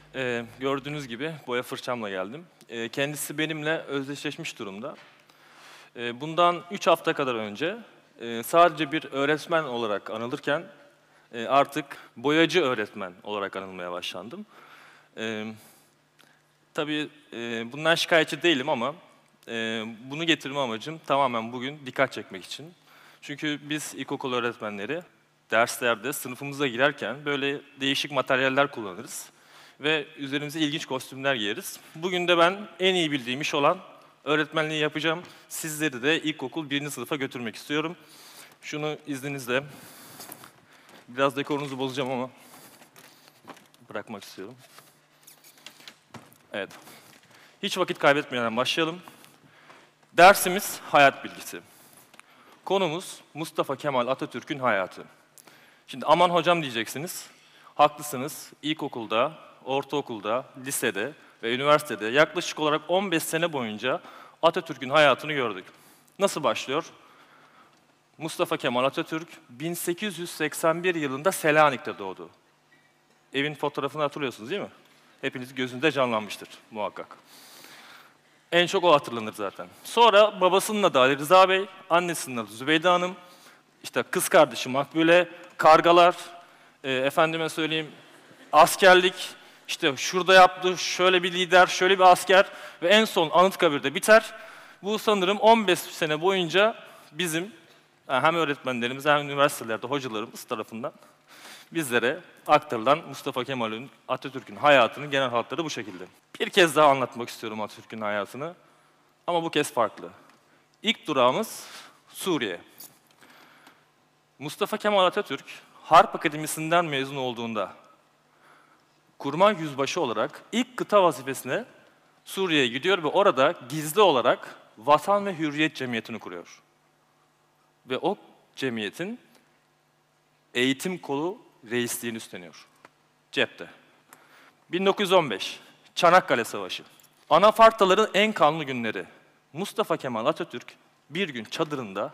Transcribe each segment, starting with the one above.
Gördüğünüz gibi boya fırçamla geldim. Kendisi benimle özdeşleşmiş durumda. Bundan 3 hafta kadar önce sadece bir öğretmen olarak anılırken artık boyacı öğretmen olarak anılmaya başlandım. Tabii bundan şikayetçi değilim ama bunu getirme amacım tamamen bugün dikkat çekmek için. Çünkü biz ilkokul öğretmenleri derslerde sınıfımıza girerken böyle değişik materyaller kullanırız ve üzerimize ilginç kostümler giyeriz. Bugün de ben en iyi bildiğim iş olan öğretmenliği yapacağım. Sizleri de ilkokul 1. sınıfa götürmek istiyorum. Şunu izninizle, biraz dekorunuzu bozacağım ama bırakmak istiyorum. Evet. Hiç vakit kaybetmeden başlayalım. Dersimiz hayat bilgisi. Konumuz Mustafa Kemal Atatürk'ün hayatı. Şimdi aman hocam diyeceksiniz. Haklısınız. İlkokulda, ortaokulda, lisede ve üniversitede yaklaşık olarak 15 sene boyunca Atatürk'ün hayatını gördük. Nasıl başlıyor? Mustafa Kemal Atatürk 1881 yılında Selanik'te doğdu. Evin fotoğrafını hatırlıyorsunuz değil mi? Hepiniz gözünde canlanmıştır muhakkak. En çok o hatırlanır zaten. Sonra babasının adı Ali Rıza Bey, annesinin adı Zübeyde Hanım, işte kız kardeşi Makbule, kargalar, efendime söyleyeyim askerlik, işte şurada yaptı, şöyle bir lider, şöyle bir asker ve en son Anıtkabir'de biter. Bu sanırım 15 sene boyunca bizim hem öğretmenlerimiz hem üniversitelerde hocalarımız tarafından bizlere aktarılan Mustafa Kemal'in, Atatürk'ün hayatının genel hatları bu şekilde. Bir kez daha anlatmak istiyorum Atatürk'ün hayatını ama bu kez farklı. İlk durağımız Suriye. Mustafa Kemal Atatürk, Harp Akademisi'nden mezun olduğunda kurmay yüzbaşı olarak ilk kıta vazifesine Suriye'ye gidiyor ve orada gizli olarak Vatan ve Hürriyet Cemiyeti'ni kuruyor. Ve o cemiyetin eğitim kolu reisliğini üstleniyor. Cepte. 1915, Çanakkale Savaşı. Anafartaların en kanlı günleri. Mustafa Kemal Atatürk bir gün çadırında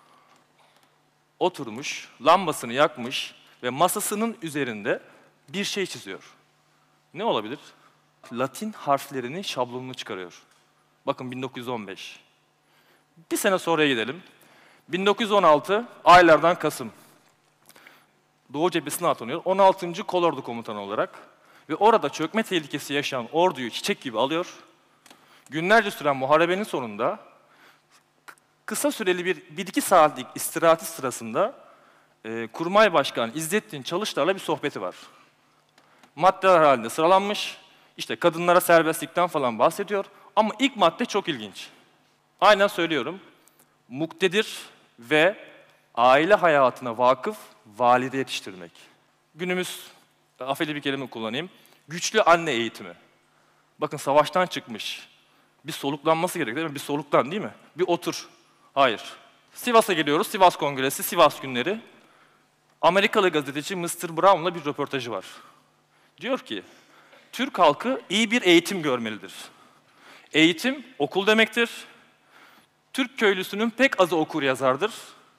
oturmuş, lambasını yakmış ve masasının üzerinde bir şey çiziyor. Ne olabilir? Latin harflerinin şablonunu çıkarıyor. Bakın 1915. Bir sene sonraya gidelim. 1916, aylardan Kasım. Doğu cephesine atanıyor. 16. Kolordu Komutanı olarak. Ve orada çökme tehlikesi yaşayan orduyu çiçek gibi alıyor. Günlerce süren muharebenin sonunda kısa süreli bir iki saatlik istirahati sırasında Kurmay Başkanı İzzettin Çalışlar'la bir sohbeti var. Maddeler halinde sıralanmış. İşte kadınlara serbestlikten falan bahsediyor. Ama ilk madde çok ilginç. Aynen söylüyorum. Muktedir ve aile hayatına vakıf valide yetiştirmek. Günümüz, afeli bir kelime kullanayım, güçlü anne eğitimi. Bakın savaştan çıkmış. Bir soluklanması gerek değil mi? Bir soluklan değil mi? Bir otur. Hayır. Sivas'a geliyoruz. Sivas Kongresi, Sivas Günleri. Amerikalı gazeteci Mr. Brown'la bir röportajı var. Diyor ki, Türk halkı iyi bir eğitim görmelidir. Eğitim okul demektir. Türk köylüsünün pek azı okur yazardır.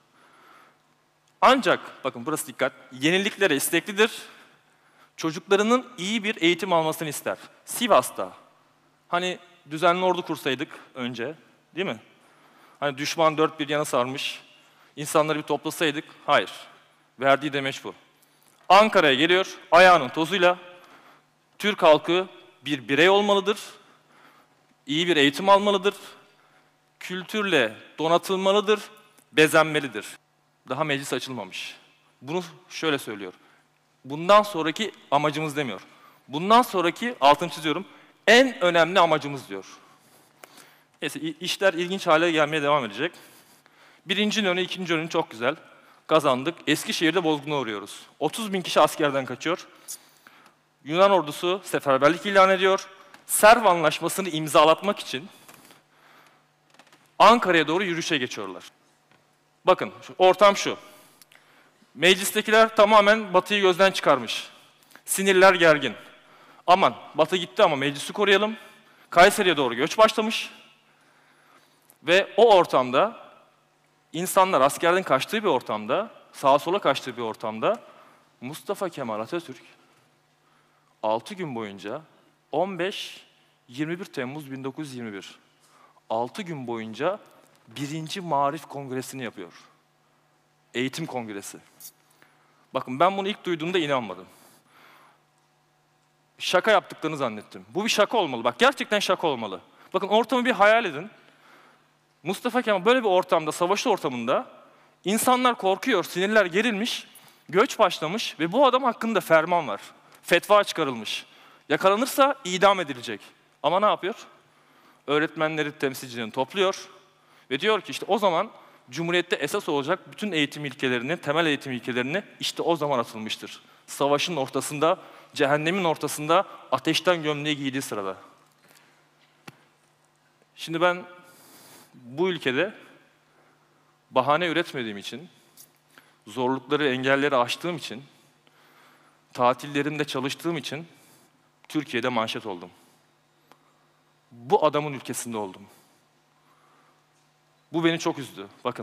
Ancak, bakın burası dikkat, yeniliklere isteklidir. Çocuklarının iyi bir eğitim almasını ister. Sivas'ta, hani düzenli ordu kursaydık önce, değil mi? Hani düşman dört bir yana sarmış, insanları bir toplasaydık, hayır. Verdiği demeç bu. Ankara'ya geliyor, ayağının tozuyla, Türk halkı bir birey olmalıdır, iyi bir eğitim almalıdır, kültürle donatılmalıdır, bezenmelidir. Daha meclis açılmamış. Bunu şöyle söylüyor. Bundan sonraki amacımız demiyor. Bundan sonraki, altını çiziyorum, en önemli amacımız diyor. Neyse, işler ilginç hale gelmeye devam edecek. Birinci önü, ikinci önü çok güzel. Kazandık. Eskişehir'de bozguna uğruyoruz. 30.000 kişi askerden kaçıyor. Yunan ordusu seferberlik ilan ediyor. Serv Anlaşması'nı imzalatmak için Ankara'ya doğru yürüyüşe geçiyorlar. Bakın, ortam şu. Meclistekiler tamamen Batı'yı gözden çıkarmış. Sinirler gergin. Aman, Batı gitti ama meclisi koruyalım. Kayseri'ye doğru göç başlamış. Ve o ortamda, insanlar askerden kaçtığı bir ortamda, sağa sola kaçtığı bir ortamda Mustafa Kemal Atatürk 6 gün boyunca 15-21 Temmuz 1921. 6 gün boyunca 1. Maarif Kongresi'ni yapıyor. Eğitim Kongresi. Bakın ben bunu ilk duyduğumda inanmadım. Şaka yaptıklarını zannettim. Bu bir şaka olmalı. Bak gerçekten şaka olmalı. Bakın ortamı bir hayal edin. Mustafa Kemal böyle bir ortamda, savaş ortamında insanlar korkuyor, sinirler gerilmiş, göç başlamış ve bu adam hakkında ferman var. Fetva çıkarılmış. Yakalanırsa idam edilecek. Ama ne yapıyor? Öğretmenleri, temsilcilerini topluyor ve diyor ki işte o zaman Cumhuriyet'te esas olacak bütün eğitim ilkelerini, temel eğitim ilkelerini işte o zaman atılmıştır. Savaşın ortasında, cehennemin ortasında, ateşten gömleği giydiği sırada. Şimdi ben bu ülkede bahane üretmediğim için, zorlukları, engelleri aştığım için, tatillerimde çalıştığım için Türkiye'de manşet oldum. Bu adamın ülkesinde oldum. Bu beni çok üzdü. Bakın.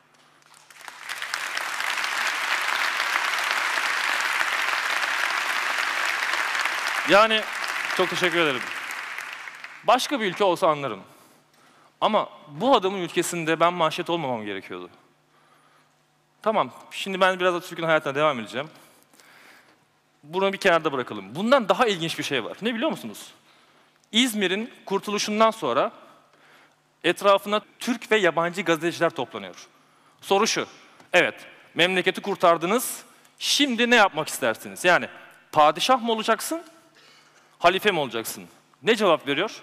Yani çok teşekkür ederim. Başka bir ülke olsa anlarım. Ama bu adamın ülkesinde ben manşet olmamam gerekiyordu. Tamam, şimdi ben biraz Atatürk'ün hayatına devam edeceğim. Bunu bir kenarda bırakalım. Bundan daha ilginç bir şey var. Ne biliyor musunuz? İzmir'in kurtuluşundan sonra etrafına Türk ve yabancı gazeteciler toplanıyor. Soru şu, evet, memleketi kurtardınız, şimdi ne yapmak istersiniz? Yani padişah mı olacaksın, halife mi olacaksın? Ne cevap veriyor?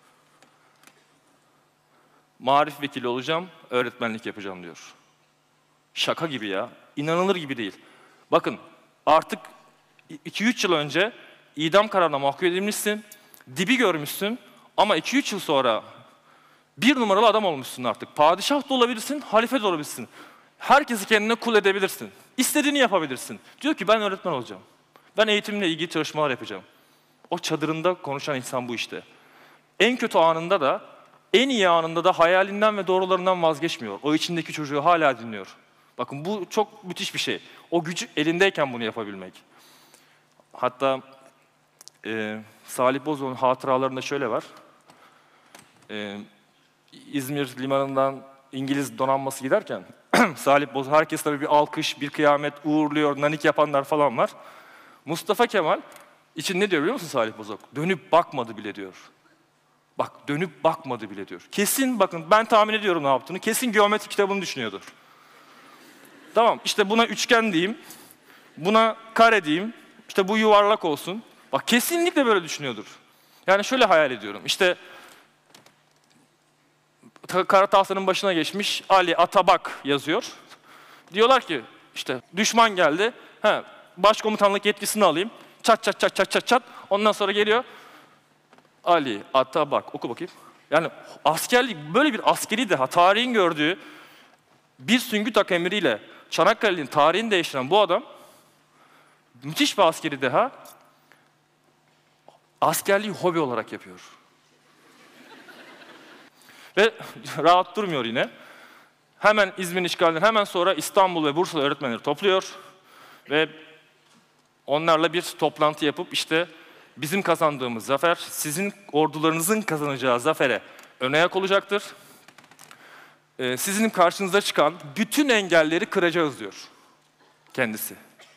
Maarif vekili olacağım, öğretmenlik yapacağım diyor. Şaka gibi ya, inanılır gibi değil. Bakın, artık 2-3 yıl önce idam kararına mahkum edilmişsin, dibi görmüşsün ama 2-3 yıl sonra bir numaralı adam olmuşsun artık. Padişah da olabilirsin, halife de olabilirsin. Herkesi kendine kul edebilirsin. İstediğini yapabilirsin. Diyor ki ben öğretmen olacağım. Ben eğitimle ilgili çalışmalar yapacağım. O çadırında konuşan insan bu işte. En kötü anında da, en iyi anında da hayalinden ve doğrularından vazgeçmiyor. O içindeki çocuğu hala dinliyor. Bakın bu çok müthiş bir şey. O gücü elindeyken bunu yapabilmek. Hatta Salih Bozok'un hatıralarında şöyle var. İzmir limanından İngiliz donanması giderken Salih Bozok, herkes tabii bir alkış, bir kıyamet uğurluyor, nanik yapanlar falan var. Mustafa Kemal için ne diyor biliyor musun Salih Bozok? Dönüp bakmadı bile diyor. Bak dönüp bakmadı bile diyor. Kesin bakın ben tahmin ediyorum ne yaptığını. Kesin geometri kitabını düşünüyordur. Tamam işte buna üçgen diyeyim, buna kare diyeyim, işte bu yuvarlak olsun. Bak kesinlikle böyle düşünüyordur. Yani şöyle hayal ediyorum. İşte kara tahtanın başına geçmiş Ali Atabak yazıyor. Diyorlar ki işte düşman geldi. Başkomutanlık yetkisini alayım. Çat çat çat çat çat çat. Ondan sonra geliyor. Ali Atabak oku bakayım. Yani askerlik böyle bir askeri deha, tarihin gördüğü bir Süngütak emriyle Çanakkale'nin tarihini değiştiren bu adam müthiş bir askeri deha askerliği hobi olarak yapıyor. Ve rahat durmuyor yine. Hemen İzmir'in işgalinden hemen sonra İstanbul ve Bursa'da öğretmenleri topluyor. Ve onlarla bir toplantı yapıp işte bizim kazandığımız zafer, sizin ordularınızın kazanacağı zafere ön ayak olacaktır. Sizin karşınıza çıkan bütün engelleri kıracağız diyor kendisi.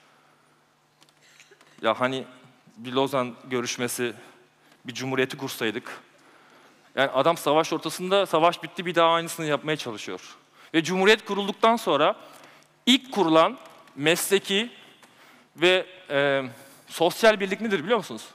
Ya hani bir Lozan görüşmesi, bir cumhuriyeti kursaydık. Yani adam savaş ortasında, savaş bitti bir daha aynısını yapmaya çalışıyor. Ve Cumhuriyet kurulduktan sonra ilk kurulan mesleki ve sosyal birlik nedir biliyor musunuz?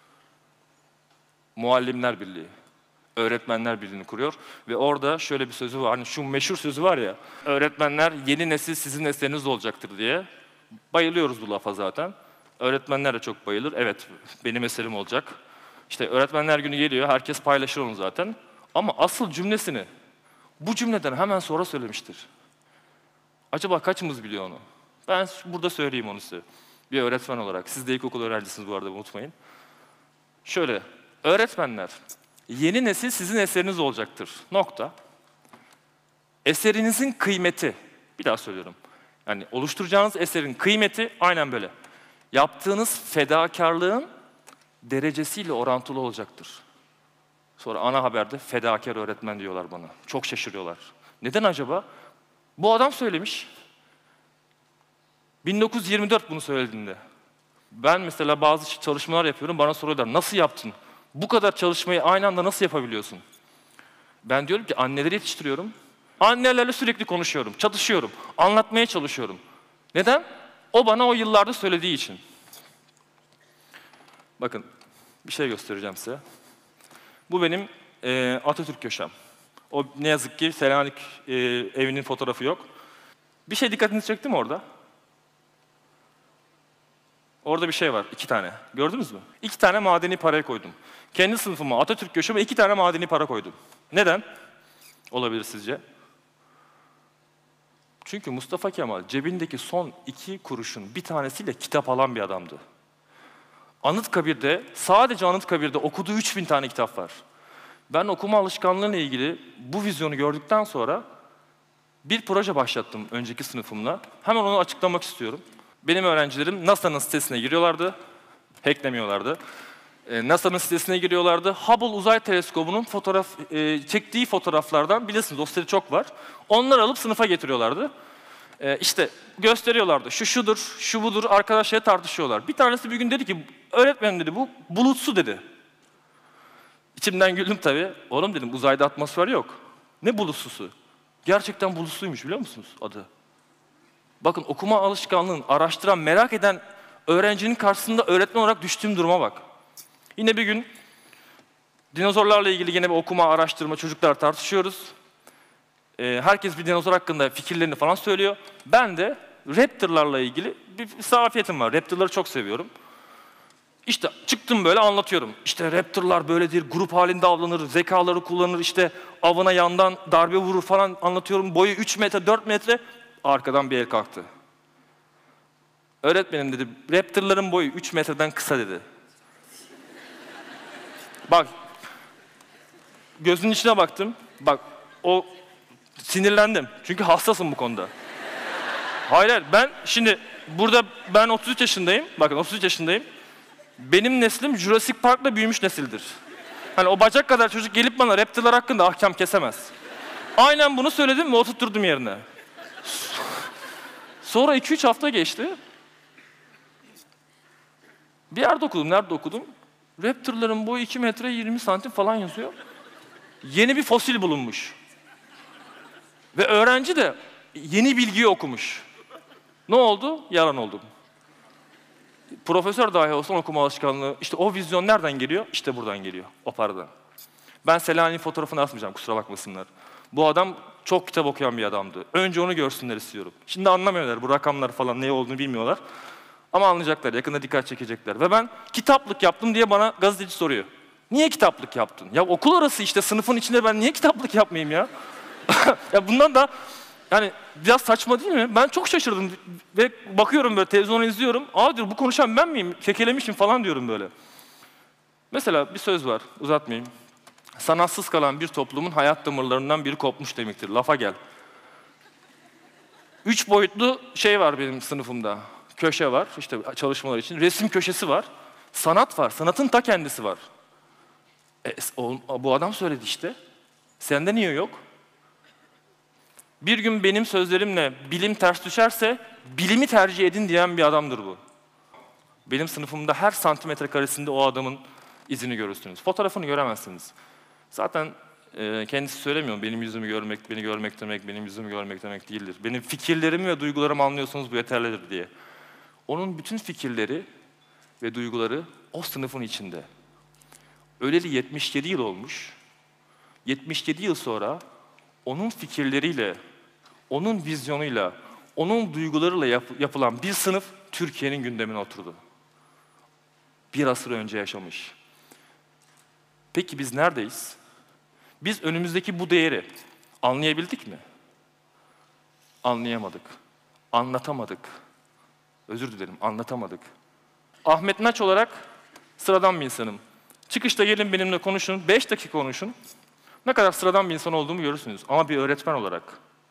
Muallimler Birliği, Öğretmenler Birliği'ni kuruyor. Ve orada şöyle bir sözü var, hani şu meşhur sözü var ya, öğretmenler yeni nesil sizin nesliniz olacaktır diye. Bayılıyoruz bu lafa zaten. Öğretmenler de çok bayılır. Evet, benim eserim olacak. İşte öğretmenler günü geliyor, herkes paylaşır onu zaten. Ama asıl cümlesini bu cümleden hemen sonra söylemiştir. Acaba kaçımız biliyor onu? Ben burada söyleyeyim onu size. Bir öğretmen olarak. Siz de ilkokul öğrencisiniz bu arada unutmayın. Şöyle, öğretmenler, yeni nesil sizin eseriniz olacaktır. Nokta. Eserinizin kıymeti, bir daha söylüyorum. Yani oluşturacağınız eserin kıymeti aynen böyle. Yaptığınız fedakarlığın derecesiyle orantılı olacaktır. Sonra ana haberde fedakar öğretmen diyorlar bana. Çok şaşırıyorlar. Neden acaba? Bu adam söylemiş. 1924 bunu söylediğinde. Ben mesela bazı çalışmalar yapıyorum, bana soruyorlar, nasıl yaptın? Bu kadar çalışmayı aynı anda nasıl yapabiliyorsun? Ben diyorum ki anneleri yetiştiriyorum. Annelerle sürekli konuşuyorum, çatışıyorum, anlatmaya çalışıyorum. Neden? O bana o yıllarda söylediği için. Bakın, bir şey göstereceğim size. Bu benim Atatürk köşem. O ne yazık ki Selanik evinin fotoğrafı yok. Bir şey dikkatinizi çekti mi orada? Orada bir şey var, 2 tane. Gördünüz mü? 2 tane madeni parayı koydum. Kendi sınıfıma, Atatürk köşeme 2 tane madeni para koydum. Neden? Olabilir sizce? Çünkü Mustafa Kemal cebindeki son 2 kuruşun bir tanesiyle kitap alan bir adamdı. Anıtkabir'de, sadece Anıtkabir'de okuduğu 3000 tane kitap var. Ben okuma alışkanlığıyla ilgili bu vizyonu gördükten sonra bir proje başlattım önceki sınıfımla. Hemen onu açıklamak istiyorum. Benim öğrencilerim NASA'nın sitesine giriyorlardı, hacklemiyorlardı. NASA'nın sitesine giriyorlardı. Hubble Uzay Teleskobu'nun çektiği fotoğraflardan, bilirsiniz o site çok var. Onları alıp sınıfa getiriyorlardı. İşte gösteriyorlardı. Şu şudur, şu budur, arkadaşlar tartışıyorlar. Bir tanesi bir gün dedi ki, öğretmenim dedi, bu bulutsu dedi. İçimden güldüm tabii. Oğlum dedim, uzayda atmosfer yok. Ne bulutsusu? Gerçekten bulutsuymuş, biliyor musunuz adı? Bakın, okuma alışkanlığını araştıran, merak eden öğrencinin karşısında öğretmen olarak düştüğüm duruma bak. Yine bir gün dinozorlarla ilgili yine bir okuma, araştırma, çocuklar tartışıyoruz. Herkes bir dinozor hakkında fikirlerini falan söylüyor. Ben de raptorlarla ilgili bir zafiyetim var. Raptorları çok seviyorum. İşte çıktım böyle anlatıyorum. İşte raptorlar böyledir, grup halinde avlanır, zekaları kullanır, işte avına yandan darbe vurur falan anlatıyorum. Boyu 3 metre, 4 metre. Arkadan bir el kalktı. Öğretmenim dedi, raptorların boyu 3 metreden kısa dedi. Bak, gözünün içine baktım. Bak, o sinirlendim. Çünkü hassasım bu konuda. Hayır, ben şimdi burada ben 33 yaşındayım. Bakın 33 yaşındayım. Benim neslim Jurassic Park'la büyümüş nesildir. Hani o bacak kadar çocuk gelip bana raptorlar hakkında ahkam kesemez. Aynen bunu söyledim ve oturtturdum yerine. Sonra 2-3 hafta geçti. Bir yerde okudum, nerede okudum? Raptorların boyu 2 metre 20 santim falan yazıyor. Yeni bir fosil bulunmuş. Ve öğrenci de yeni bilgiyi okumuş. Ne oldu? Yalan oldu. Profesör dahi olsa okuma alışkanlığı, işte o vizyon nereden geliyor? İşte buradan geliyor, o paradan. Ben Selanik'in fotoğrafını asmayacağım, kusura bakmasınlar. Bu adam çok kitap okuyan bir adamdı. Önce onu görsünler istiyorum. Şimdi anlamıyorlar, bu rakamlar falan ne olduğunu bilmiyorlar. Ama anlayacaklar, yakında dikkat çekecekler. Ve ben kitaplık yaptım diye bana gazeteci soruyor. Niye kitaplık yaptın? Ya okul arası işte, sınıfın içinde ben niye kitaplık yapmayayım ya? Ya bundan da yani biraz saçma değil mi? Ben çok şaşırdım ve bakıyorum böyle, televizyonu izliyorum. Aa diyor, bu konuşan ben miyim? Kekelemişim falan diyorum böyle. Mesela bir söz var, uzatmayayım. Sanatsız kalan bir toplumun hayat damarlarından biri kopmuş demektir. Lafa gel. 3 boyutlu şey var benim sınıfımda. Köşe var, işte çalışmalar için. Resim köşesi var. Sanat var, sanatın ta kendisi var. Bu adam söyledi işte. Sende niye yok? Bir gün benim sözlerimle bilim ters düşerse, bilimi tercih edin diyen bir adamdır bu. Benim sınıfımda her santimetre karesinde o adamın izini görürsünüz. Fotoğrafını göremezsiniz. Zaten kendisi söylemiyor, benim yüzümü görmek, beni görmek demek, benim yüzümü görmek demek değildir. Benim fikirlerimi ve duygularımı anlıyorsanız bu yeterlidir diye. Onun bütün fikirleri ve duyguları o sınıfın içinde. Öleli 77 yıl olmuş. 77 yıl sonra onun fikirleriyle, onun vizyonuyla, onun duygularıyla yapılan bir sınıf Türkiye'nin gündemine oturdu. Bir asır önce yaşamış. Peki biz neredeyiz? Biz önümüzdeki bu değeri anlayabildik mi? Anlayamadık. Anlatamadık. Özür dilerim, anlatamadık. Ahmet Naç olarak sıradan bir insanım. Çıkışta gelin benimle konuşun, 5 dakika konuşun. Ne kadar sıradan bir insan olduğumu görürsünüz. Ama bir öğretmen olarak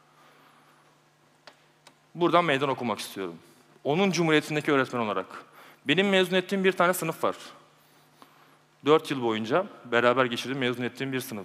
buradan meydan okumak istiyorum. Onun cumhuriyetindeki öğretmen olarak. Benim mezun ettiğim bir tane sınıf var. 4 yıl boyunca beraber geçirdiğim, mezun ettiğim bir sınıf.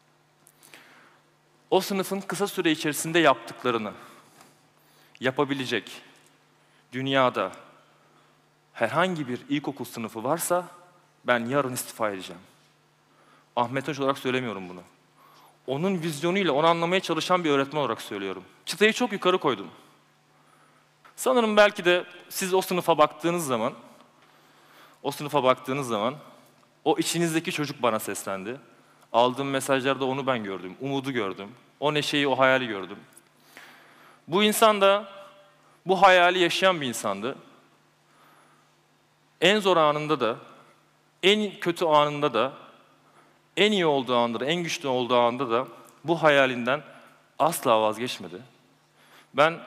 O sınıfın kısa süre içerisinde yaptıklarını yapabilecek dünyada herhangi bir ilkokul sınıfı varsa ben yarın istifa edeceğim. Ahmet Hoca olarak söylemiyorum bunu. Onun vizyonuyla onu anlamaya çalışan bir öğretmen olarak söylüyorum. Çıtayı çok yukarı koydum. Sanırım belki de siz o sınıfa baktığınız zaman, o içinizdeki çocuk bana seslendi. Aldığım mesajlarda onu ben gördüm, umudu gördüm. O neşeyi, o hayali gördüm. Bu insan da bu hayali yaşayan bir insandı. En zor anında da, en kötü anında da, en iyi olduğu anda da, en güçlü olduğu anda da bu hayalinden asla vazgeçmedi. Ben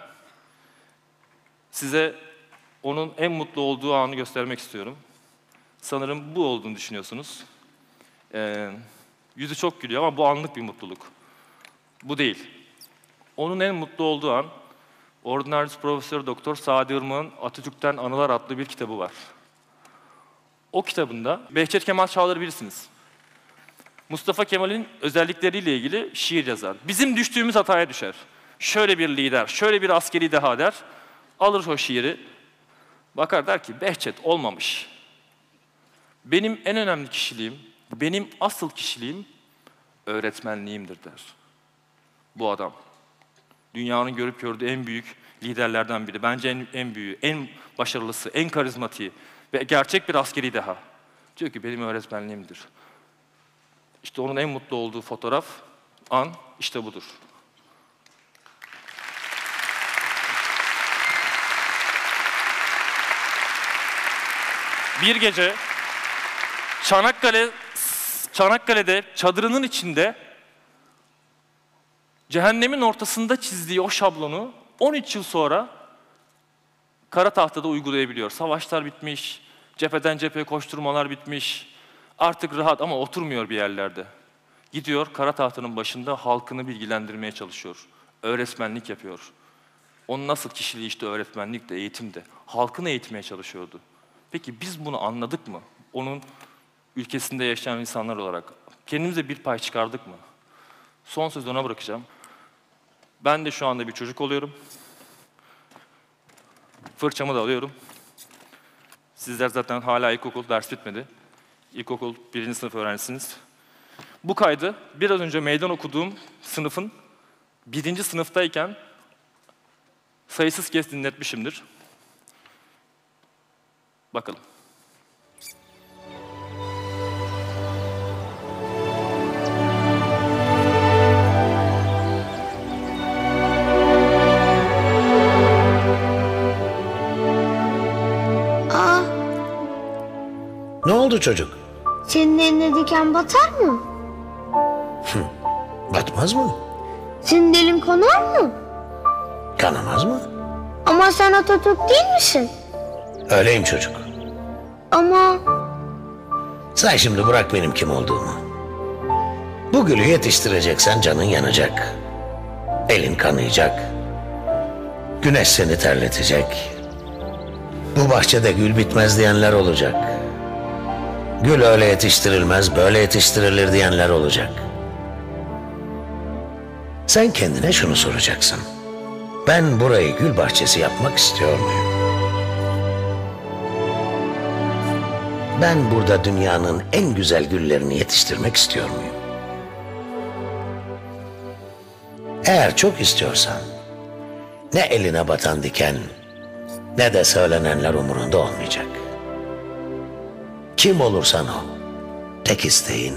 size onun en mutlu olduğu anı göstermek istiyorum. Sanırım bu olduğunu düşünüyorsunuz. Yüzü çok gülüyor ama bu anlık bir mutluluk. Bu değil. Onun en mutlu olduğu an, Ordinarius Profesör Doktor Sadi Irmak'ın Atatürk'ten Anılar adlı bir kitabı var. O kitabında Behçet Kemal Çağlar'ı bilirsiniz. Mustafa Kemal'in özellikleriyle ilgili şiir yazar. Bizim düştüğümüz hataya düşer. Şöyle bir lider, şöyle bir askeri deha der. Alır o şiiri, bakar der ki Behçet olmamış. Benim en önemli kişiliğim, benim asıl kişiliğim öğretmenliğimdir der. Bu adam. Dünyanın görüp gördüğü en büyük liderlerden biri. Bence en büyüğü, en başarılısı, en karizmatiği ve gerçek bir askeri deha. Diyor ki benim öğretmenliğimdir. İşte onun en mutlu olduğu fotoğraf, an işte budur. Bir gece Çanakkale'de çadırının içinde cehennemin ortasında çizdiği o şablonu 13 yıl sonra kara tahtada uygulayabiliyor. Savaşlar bitmiş, cepheden cepheye koşturmalar bitmiş. Artık rahat ama oturmuyor bir yerlerde. Gidiyor kara tahtanın başında halkını bilgilendirmeye çalışıyor. Öğretmenlik yapıyor. Onun nasıl kişiliği işte öğretmenlikte, eğitimde. Halkını eğitmeye çalışıyordu. Peki biz bunu anladık mı? Onun ülkesinde yaşayan insanlar olarak kendimize bir pay çıkardık mı? Son sözü ona bırakacağım. Ben de şu anda bir çocuk oluyorum. Fırçamı da alıyorum. Sizler zaten hala ilkokul, ders bitmedi. İlkokul 1. sınıf öğrencisiniz. Bu kaydı biraz önce meydan okuduğum sınıfın 1. sınıftayken sayısız kez dinletmişimdir. Bakalım. Aa, Ne oldu çocuk? senin eline diken batar mı? Batmaz mı? Senin elin kanar mı? Kanamaz mı? Ama sen Atatürk değil misin? Öyleyim çocuk. Ama Sen şimdi bırak benim kim olduğumu. Bu gülü yetiştireceksen canın yanacak. Elin kanayacak. Güneş seni terletecek. Bu bahçede gül bitmez diyenler olacak. Gül öyle yetiştirilmez, böyle yetiştirilir diyenler olacak. Sen kendine şunu soracaksın. Ben burayı gül bahçesi yapmak istiyor muyum? Ben burada dünyanın en güzel güllerini yetiştirmek istiyor muyum? Eğer çok istiyorsan, ne eline batan diken, ne de söylenenler umurunda olmayacak. Kim olursan ol, tek isteğin,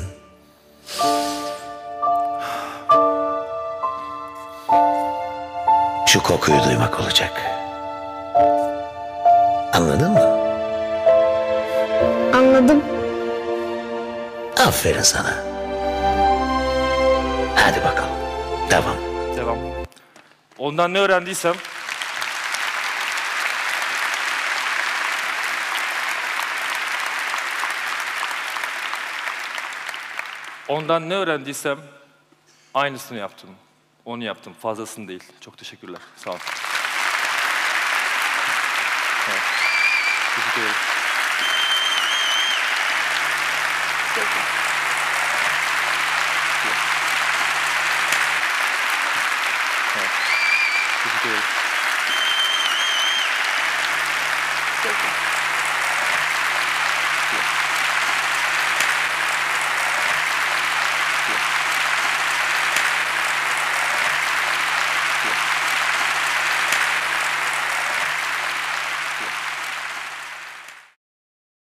şu kokuyu duymak olacak. Anladın mı? anladım. Aferin sana. Hadi bakalım, devam. Devam. Ondan ne öğrendiysem aynısını yaptım. Onu yaptım. Fazlasını değil. Çok teşekkürler. Sağ olun. Evet. Teşekkür ederim. Teşekkür ederim.